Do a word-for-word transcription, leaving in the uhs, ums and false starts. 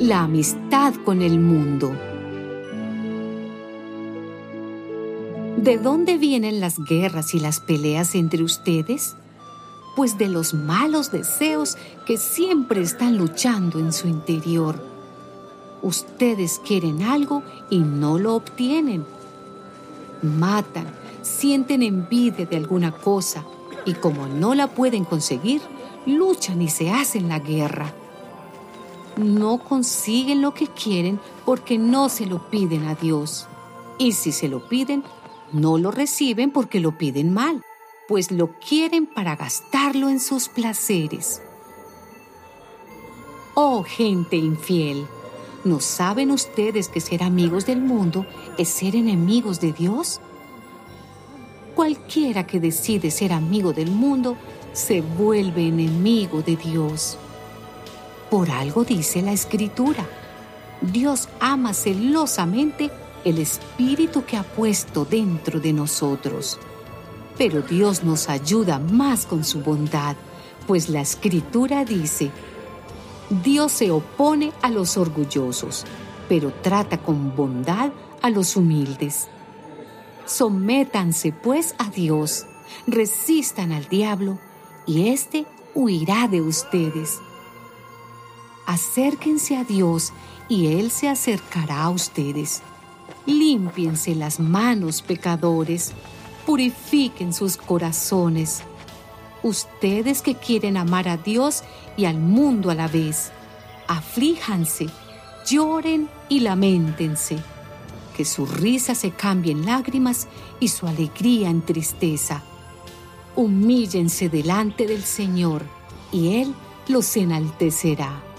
la amistad con el mundo. ¿De dónde vienen las guerras y las peleas entre ustedes? Pues de los malos deseos que siempre están luchando en su interior. Ustedes quieren algo y no lo obtienen. Matan, sienten envidia de alguna cosa y como no la pueden conseguir, luchan y se hacen la guerra. No consiguen lo que quieren porque no se lo piden a Dios. Y si se lo piden, no lo reciben porque lo piden mal, pues lo quieren para gastarlo en sus placeres. Oh, gente infiel, ¿no saben ustedes que ser amigos del mundo es ser enemigos de Dios? Cualquiera que decide ser amigo del mundo se vuelve enemigo de Dios. Por algo dice la Escritura: Dios ama celosamente el espíritu que ha puesto dentro de nosotros. Pero Dios nos ayuda más con su bondad, pues la Escritura dice: Dios se opone a los orgullosos, pero trata con bondad a los humildes. Sométanse pues a Dios, resistan al diablo, y éste huirá de ustedes. Acérquense a Dios, y Él se acercará a ustedes. Límpiense las manos, pecadores, purifiquen sus corazones. Ustedes que quieren amar a Dios y al mundo a la vez, aflíjanse, lloren y lamentense. Que su risa se cambie en lágrimas y su alegría en tristeza. Humíllense delante del Señor, y Él los enaltecerá.